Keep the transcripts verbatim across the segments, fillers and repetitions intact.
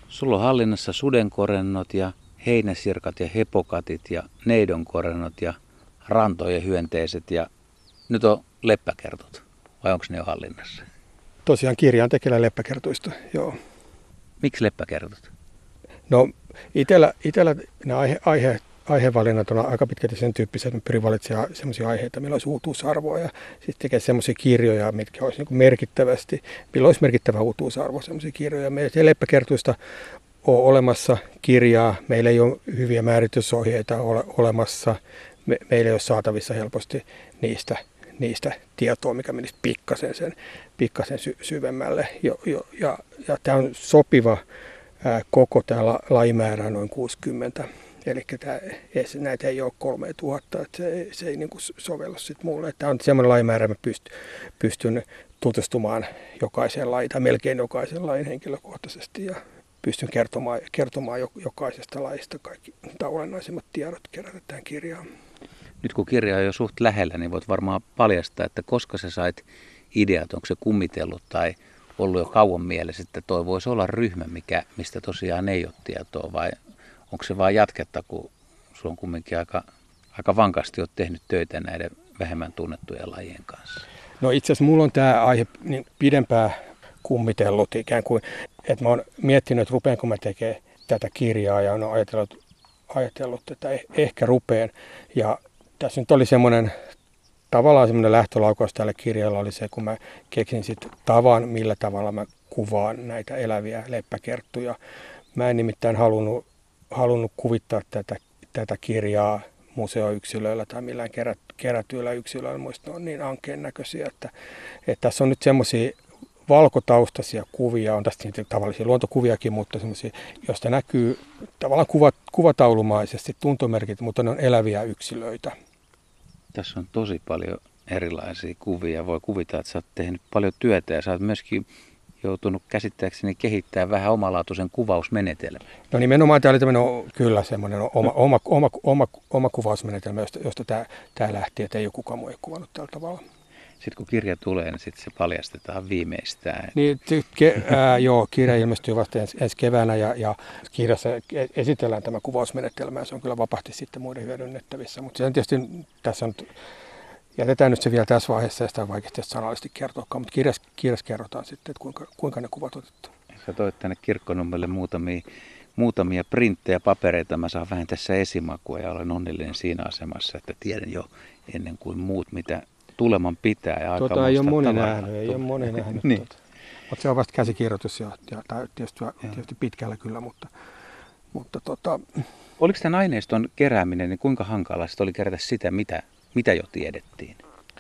Sulla on hallinnassa sudenkorennot ja heinäsirkat ja hepokatit ja neidonkorennot ja rantojen hyönteiset ja nyt on leppäkertut. Vai onko ne jo hallinnassa? Tosiaan kirja on tekeillä leppäkertuista, joo. Miksi leppäkertut? No itellä, itellä nämä aihe, aihe, aihevalinnat on aika pitkälti sen tyyppisiä, että mä pyrin valitsemaan sellaisia aiheita, millä olisi uutuusarvoa ja sitten tekee sellaisia kirjoja, mitkä olisi niin merkittävästi, millä olisi merkittävä uutuusarvo, sellaisia kirjoja. Meillä ei leppäkertuista ole olemassa kirjaa, meillä ei ole hyviä määritysohjeita ole olemassa, me, meillä ei ole saatavissa helposti niistä, niistä tietoa, mikä menisi pikkasen, sen, pikkasen sy, syvemmälle. Jo, jo, ja, ja tämä on sopiva ää, koko tämä la, lajimäärä noin kuusikymmentä. Eli tämä, näitä ei ole kolmetuhatta, että se, se ei niin kuin sovellu sitten mulle. Tämä on semmoinen lajimäärä, että mä pyst, pystyn tutustumaan jokaiseen lajiin, tai melkein jokaisen lajin henkilökohtaisesti, ja pystyn kertomaan, kertomaan jokaisesta lajista kaikki olennaisimmat tiedot kerätä tähän kirjaan. Nyt kun kirja on jo suht lähellä, niin voit varmaan paljastaa, että koska sä sait ideat, onko se kummitellut tai ollut jo kauan mielessä, että toi voisi olla ryhmä, mikä, mistä tosiaan ei ole tietoa, vai onko se vain jatketta, kun sulla on kumminkin aika, aika vankasti olet tehnyt töitä näiden vähemmän tunnettujen lajien kanssa? No itse asiassa mulla on tämä aihe niin pidempään kummitellut ikään kuin, että mä oon miettinyt, että rupeanko mä tekemään tätä kirjaa ja on ajatellut, ajatellut että ehkä rupeen. Ja tässä nyt oli semmoinen, tavallaan semmoinen lähtölaukaus tälle kirjalle oli se, kun mä keksin sitten tavan, millä tavalla mä kuvaan näitä eläviä leppäkerttuja. Mä en nimittäin halunnut, halunnut kuvittaa tätä, tätä kirjaa museoyksilöillä tai millään kerät, kerätyillä yksilöillä. Muista ne on niin ankeen näköisiä, että, että tässä on nyt semmoisia valkotaustaisia kuvia, on tästä niitä tavallisia luontokuviakin, mutta semmoisia, joista näkyy tavallaan kuvat, kuvataulumaisesti tuntomerkit, mutta ne on eläviä yksilöitä. Tässä on tosi paljon erilaisia kuvia. Voi kuvitella, että sä oot tehnyt paljon työtä ja sä oot myöskin joutunut käsittääkseni kehittämään vähän omalaatuisen kuvausmenetelmän. No nimenomaan tämä oli tämmöinen kyllä semmoinen oma, oma, oma, oma, oma kuvausmenetelmä, josta, josta tämä, tämä lähti, että ei ole kukaan muu ei kuvannut tällä tavalla. Sitten kun kirja tulee, niin sitten se paljastetaan viimeistään. Niin, ke, ää, joo, kirja ilmestyy vasta ensi, ensi keväänä ja, ja kirjassa esitellään tämä kuvausmenetelmä ja se on kyllä vapaasti sitten muiden hyödynnettävissä. Mutta sen tietysti tässä on, jätetään nyt se vielä tässä vaiheessa ja sitä on vaikeasti sanallisesti kertoakaan, mutta kirjassa, kirjassa kerrotaan sitten, että kuinka, kuinka ne kuvat otettu. Sä toit tänne Kirkkonummelle muutamia, muutamia printtejä, papereita. Mä saan vähän tässä esimakua ja olen onnellinen siinä asemassa, että tiedän jo ennen kuin muut, mitä tuleman pitää. Ja tuota ei ole moni nähnyt, ei ole moni nähnyt. Niin. Tuota. Mutta se on vasta käsikirjoitus ja, ja tietysti, tietysti pitkällä kyllä, mutta, mutta tota... Oliko tämän aineiston kerääminen, niin kuinka hankalaa sitten oli kerätä sitä, mitä, mitä jo tiedettiin?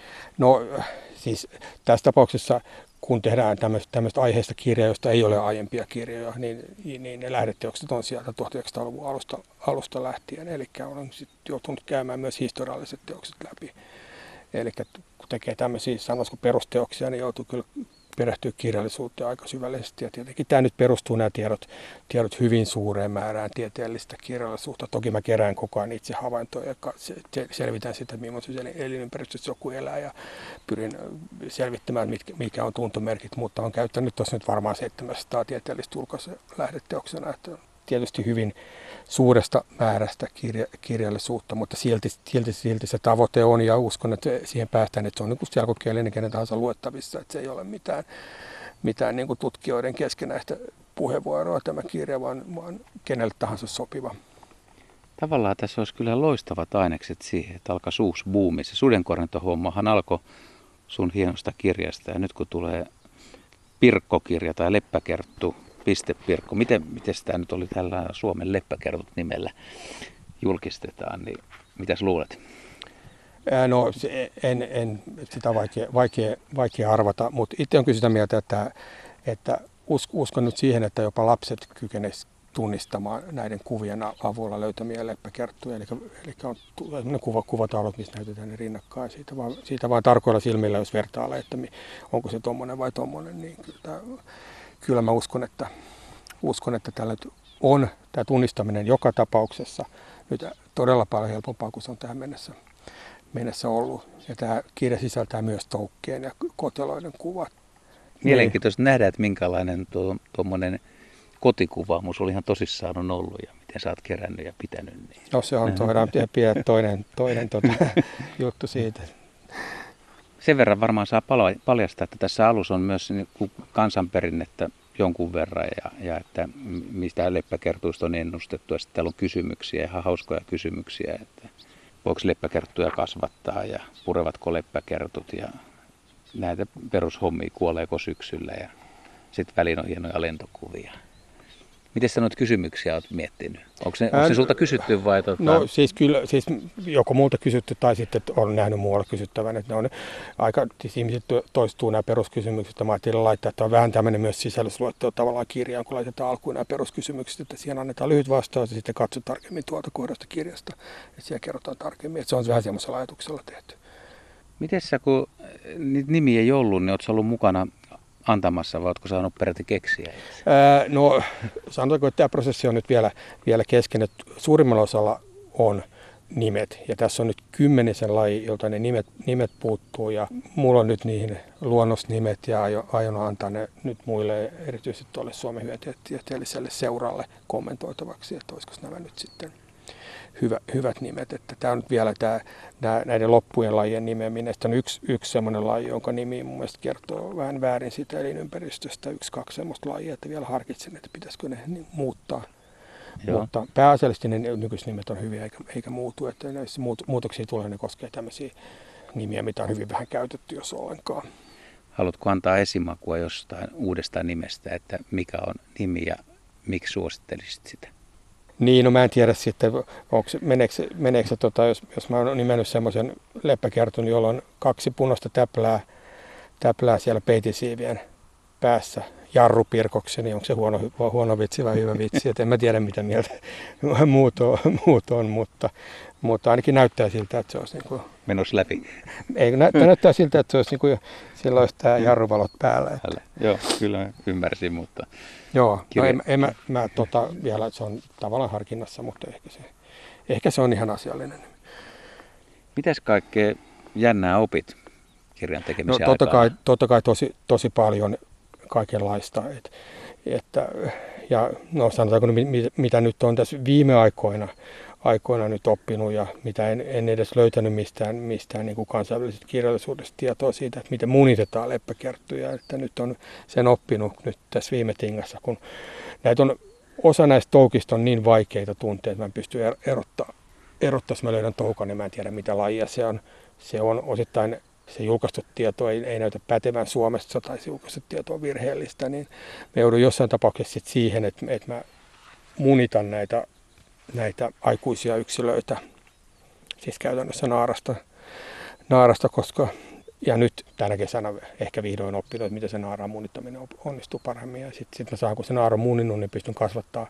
No siis tässä tapauksessa, kun tehdään tämmöistä aiheesta kirjaa, josta ei ole aiempia kirjoja, niin, niin ne lähdeteokset on sieltä tuhatyhdeksänsataaluvun alusta, alusta lähtien. Eli olen sitten joutunut käymään myös historialliset teokset läpi. Eli kun tekee tämmöisiä, sanoisiko perusteoksia, niin joutuu kyllä perehtyä kirjallisuuteen aika syvällisesti. Ja tietenkin tämä nyt perustuu nämä tiedot, tiedot hyvin suureen määrään tieteellistä kirjallisuutta. Toki mä kerään koko ajan itse havaintoja ja selvitän sitä, millaisessa elinympäristössä joku elää ja pyrin selvittämään, mikä on tuntomerkit, mutta on käyttänyt tuossa nyt varmaan seitsemänsataa tieteellistä julkaisua lähdeteoksena, että tietysti hyvin suuresta määrästä kirja, kirjallisuutta, mutta silti, silti, silti se tavoite on ja uskon, että siihen päästään, että se on niin kuin selkokielinen kenen tahansa luettavissa, että se ei ole mitään, mitään niin kuin tutkijoiden keskenäistä puheenvuoroa tämä kirja, vaan, vaan kenelle tahansa sopiva. Tavallaan tässä olisi kyllä loistavat ainekset siihen, että alkaisi uusi buumi. Se sudenkornentohommahan alkoi sun hienosta kirjasta ja nyt kun tulee Pirkkokirja tai Leppäkerttu, Pistepirkko. Miten, miten tämä nyt oli tällä Suomen leppäkertut nimellä julkistetaan, niin mitäs luulet? No en, en sitä on vaikea, vaikea, vaikea arvata, mutta itse on kyllä sitä mieltä, että, että uskon nyt siihen, että jopa lapset kykenisivät tunnistamaan näiden kuvien avulla löytämiä leppäkerttuja. Eli, eli on sellainen kuva, kuvataulut, missä näytetään ne rinnakkain. Siitä vaan, siitä vaan tarkoilla silmillä, jos vertailee, että onko se tommonen vai tommonen, niin kyllä, kyllä mä uskon, että, uskon, että tällä on tämä tunnistaminen joka tapauksessa nyt todella paljon helpompaa kuin se on tähän mennessä, mennessä ollut. Ja tämä kirja sisältää myös toukkeen ja koteloiden kuvat. Mielenkiintoista nähdä, että minkälainen tuommoinen kotikuvaamus oli ihan tosissaan on ollut ja miten sä oot kerännyt ja pitänyt. Niin. No se on toinen, toinen tota, juttu siitä. Sen verran varmaan saa paljastaa, että tässä alussa on myös kansanperinnettä jonkun verran ja, ja että mistä leppäkertuista on ennustettu ja sitten täällä on kysymyksiä, ihan hauskoja kysymyksiä, että voiko leppäkerttuja kasvattaa ja purevatko leppäkertut ja näitä perushommia, kuoleeko syksyllä ja sitten väliin on hienoja lentokuvia. Miten sä noita kysymyksiä olet miettinyt? Onko se, onko se sulta kysytty vai? Tuota... No siis kyllä, siis joko multa kysytty tai sitten on nähnyt muualla kysyttävän. Että ne on aika, siis ihmiset toistuu nämä peruskysymykset. Mä ajattelin laittaa, että on vähän tämmöinen myös sisällysluettelo tavallaan kirjaan, kun laitetaan alkuun nämä peruskysymykset, että siihen annetaan lyhyt vastaus ja sitten katsot tarkemmin tuolta kohdasta kirjasta. Että siellä kerrotaan tarkemmin, että se on vähän semmoisella ajatuksella tehty. Miten sä, kun niitä nimiä ei ollut, niin ootko ollut mukana antamassa vai oletko saanut peräti keksiä? Ää, no sanotaanko, että tämä prosessi on nyt vielä, vielä kesken, että suurimmalla osalla on nimet ja tässä on nyt kymmenisen laji, jolta ne nimet, nimet puuttuu ja mulla on nyt niihin luonnosnimet ja aion, aion antaa ne nyt muille erityisesti tuolle Suomen hyöntieteelliselle seuralle kommentoitavaksi, että olisiko nämä nyt sitten Hyvä, hyvät nimet. Että tämä on nyt vielä tämä, nämä, näiden loppujen lajien nimeäminen. Sitten on yksi, yksi sellainen laji, jonka nimi mun mielestä kertoo vähän väärin siitä elinympäristöstä. Yksi, kaksi sellaista lajia, että vielä harkitsen, että pitäisikö ne niin muuttaa. Joo. Mutta pääasiallisesti ne nykyiset nimet on hyviä eikä, eikä muutu. Että näissä muutoksia tulee, ne koskee tämmöisiä nimiä, mitä on hyvin vähän käytetty, jos ollenkaan. Haluatko antaa esimakua jostain uudesta nimestä, että mikä on nimi ja miksi suosittelisit sitä? Niin, no mä en tiedä sitten, onko se, meneekö, meneekö se, tota, jos, jos mä oon nimennyt semmoisen leppäkertun, jolla on kaksi punaista täplää, täplää siellä peitisiivien päässä jarrupirkoksi, niin onko se huono, huono vitsi vai hyvä vitsi, et en mä tiedä mitä mieltä muut on, muut on mutta, mutta ainakin näyttää siltä, että se olisi niin kuin... Menossa läpi. Ei, näyttää, näyttää siltä, että se olisi niin kuin, sillä olisi tämä jarruvalot päällä. Että... Joo, kyllä ymmärsin, mutta... Joo, no en, en mä, mä tota, vielä, se on tavallaan harkinnassa, mutta ehkä se, ehkä se on ihan asiallinen. Mitäs kaikkea jännää opit kirjan tekemisen no, totta aikaan? kai, totta kai tosi, tosi paljon kaikenlaista. Et, että, ja no sanotaanko, mitä nyt on tässä viime aikoina, aikoina nyt oppinut ja mitä en, en edes löytänyt mistään, mistään niin kuin kansainvälisestä kirjallisuudesta tietoa siitä, että miten munitetaan leppäkerttuja. Että nyt on sen oppinut nyt tässä viime tingassa, kun näitä on, osa näistä toukista on niin vaikeita tunteita, että mä en pysty erottaa, erottaa, jos mä löydän toukan, niin mä en tiedä mitä lajia se on. Se on osittain, se julkaistu tieto ei, ei näytä pätevän Suomesta tai se julkaistu tieto on virheellistä, niin me joudun jossain tapauksessa siihen, että, että mä munitan näitä näitä aikuisia yksilöitä, siis käytännössä naarasta, naarasta koska, ja nyt tänä kesänä ehkä vihdoin oppinut, että miten se naaran munittaminen onnistuu paremmin, ja sitten sit mä saan, kun se naara on muninut, niin pystyn kasvattaa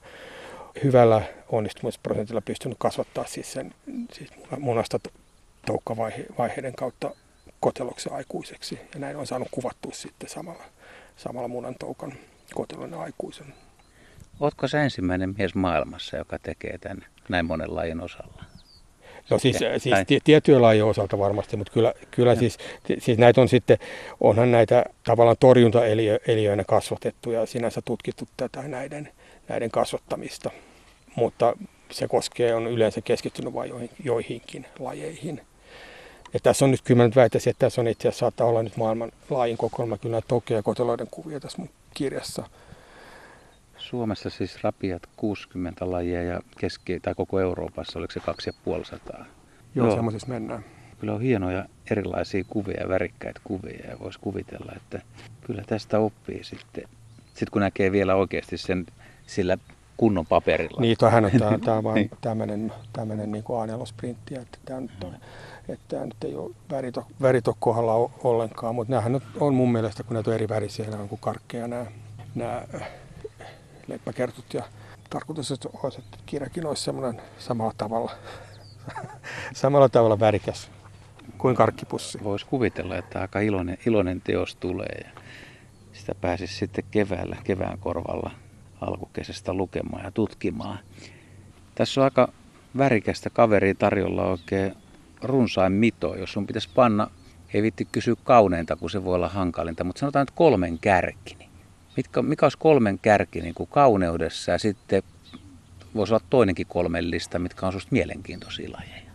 hyvällä onnistumisprosentilla pystynyt kasvattaa siis sen siis munasta toukkavaiheiden kautta koteloksen aikuiseksi, ja näin on saanut kuvattua sitten samalla, samalla munan toukan kotelon aikuisen. Ootko sä ensimmäinen mies maailmassa, joka tekee tämän näin monen lajin osalla? No siis, ja, siis tiettyjen lajien osalta varmasti, mutta kyllä, kyllä siis, siis näitä on sitten, onhan näitä tavallaan torjuntaeliöinä kasvatettu ja sinänsä tutkittu tätä näiden, näiden kasvattamista, mutta se koskee, on yleensä keskittynyt vain joihin, joihinkin lajeihin. Ja tässä on nyt, kyllä mä nyt väittäisin, että tässä on itse asiassa saattaa olla nyt maailman laajin kokoelma, kyllä näitä toukkien ja koteloiden kuvia tässä mun kirjassa. Suomessa siis rapiat kuusikymmentä lajia ja keski- tai koko Euroopassa oliko se kaksi ja puoli sataa. Joo, Joo. semmoisessa mennään. Kyllä on hienoja erilaisia kuvia, värikkäitä kuvia ja voisi kuvitella, että kyllä tästä oppii sitten. Sitten kun näkee vielä oikeasti sen sillä kunnon paperilla. Niin, tämähän on, tämä, tämä on vaan tämmöinen, tämmöinen niin kuin A neljä -printti, että tämä nyt, on, että tämä nyt ei ole värit ole, värit ole kohdalla ollenkaan, mutta nämähän on mun mielestä, kun näitä on eri värisiä, nämä on kuin karkkeja nämä, nämä leppäkertut ja tarkoitus olisi, että kirjakin olisi semmoinen samalla tavalla, samalla tavalla värikäs kuin karkkipussi. Voisi kuvitella, että aika iloinen, iloinen teos tulee ja sitä pääsisi sitten keväällä, kevään korvalla alkukesästä lukemaan ja tutkimaan. Tässä on aika värikästä kaveria tarjolla oikein runsain mito, jos sun pitäisi panna, ei viitti kysyä kauneinta, kun se voi olla hankalinta, mutta sanotaan nyt kolmen kärki. Mitkä, mikä olisi kolmen kärki niin kuin kauneudessa ja sitten voisi olla toinenkin kolmen lista, mitkä on susta mielenkiintoisia lajeja?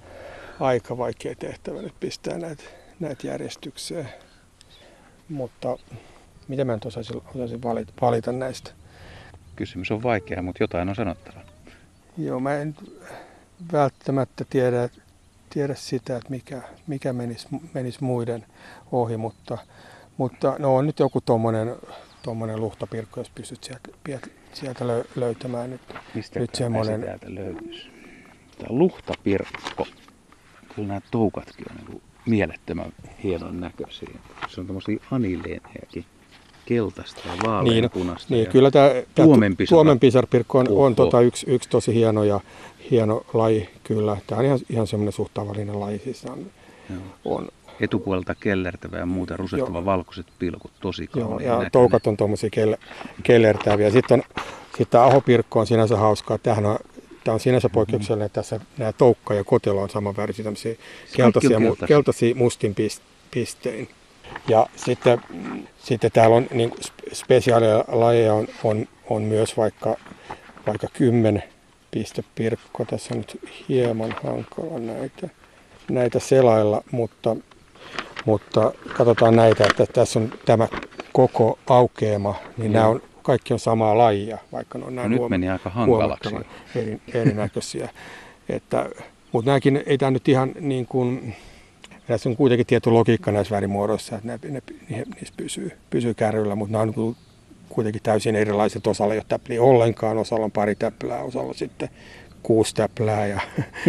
Aika vaikea tehtävä nyt pistää näitä, näitä järjestykseen, mutta miten mä nyt osaisin, osaisin valita, valita näistä? Kysymys on vaikea, mutta jotain on sanottava. Joo, mä en välttämättä tiedä, tiedä sitä, että mikä, mikä menisi, menisi muiden ohi, mutta, mutta no on nyt joku tommonen, tommonen luhtapirkko, jos pystyt sieltä, sieltä löytämään nyt. Mistä nyt semmoinen täältä löytyisi? Tämä luhtapirkko. Kyllä nämä toukatkin on niin mielettömän hienon näköisiä. Se on tommosia anileenejakin. Keltaista ja vaaleanpunaista. Niin, niin kyllä tämä tuomenpisarpirkko on, on tota yksi, yksi tosi hieno ja hieno laji kyllä. Tämä on ihan, ihan semmoinen suht tavallinen laji. Siis on, on, etupuolelta kellertävä ja muuta rusettava jo, valkoiset pilkut, tosi kauniin. Ja toukat on tuommoisia kell, kellertäviä. Sitten on, sitten ahopirkko on sinänsä hauskaa. Tämähän on, tämä on sinänsä poikkeuksellinen, että tässä nämä toukka ja kotelo on samanvärisiä, tämmöisiä keltaisia, keltaisia mustin pistein. Ja sitten, sitten täällä on niin spesiaalilajeja on, on, on myös vaikka, vaikka kymmen pistepirkko. Tässä on nyt hieman hankala näitä, näitä selailla, mutta, mutta katsotaan näitä, että tässä on tämä koko aukeama, niin mm. nämä on, kaikki on samaa lajia, vaikka ne on näin no nyt meni aika hankalaksi. Eri, erinäköisiä. Että, mutta nämäkin ei tämä nyt ihan niin kuin... Tässä on kuitenkin tietty logiikka näissä värimuodoissa, että ne, ne, ne, niissä pysyy, pysyy kärryllä, mutta nämä on kuitenkin täysin erilaiset. Osalla ei ole täpliä ollenkaan, osalla on pari täplää, osalla on sitten kuusi täplää ja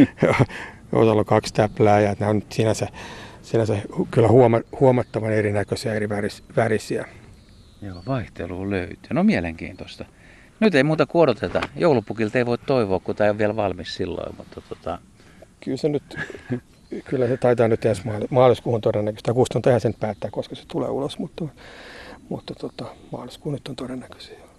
osalla on kaksi täplää. Ja nämä on sinänsä, sinänsä kyllä huoma, huomattavan erinäköisiä, eri väris, värisiä. Joo, vaihtelu löytyy. No mielenkiintoista. Nyt ei muuta kuin odoteta. Joulupukilta ei voi toivoa, kun tämä ei ole vielä valmis silloin, mutta tota... Kyllä se nyt... Kyllä se taitaa nyt ensi maaliskuuhun todennäköisesti. Kuusta on tähän sen päättää, koska se tulee ulos, mutta, mutta tota, maaliskuun nyt on todennäköisiä.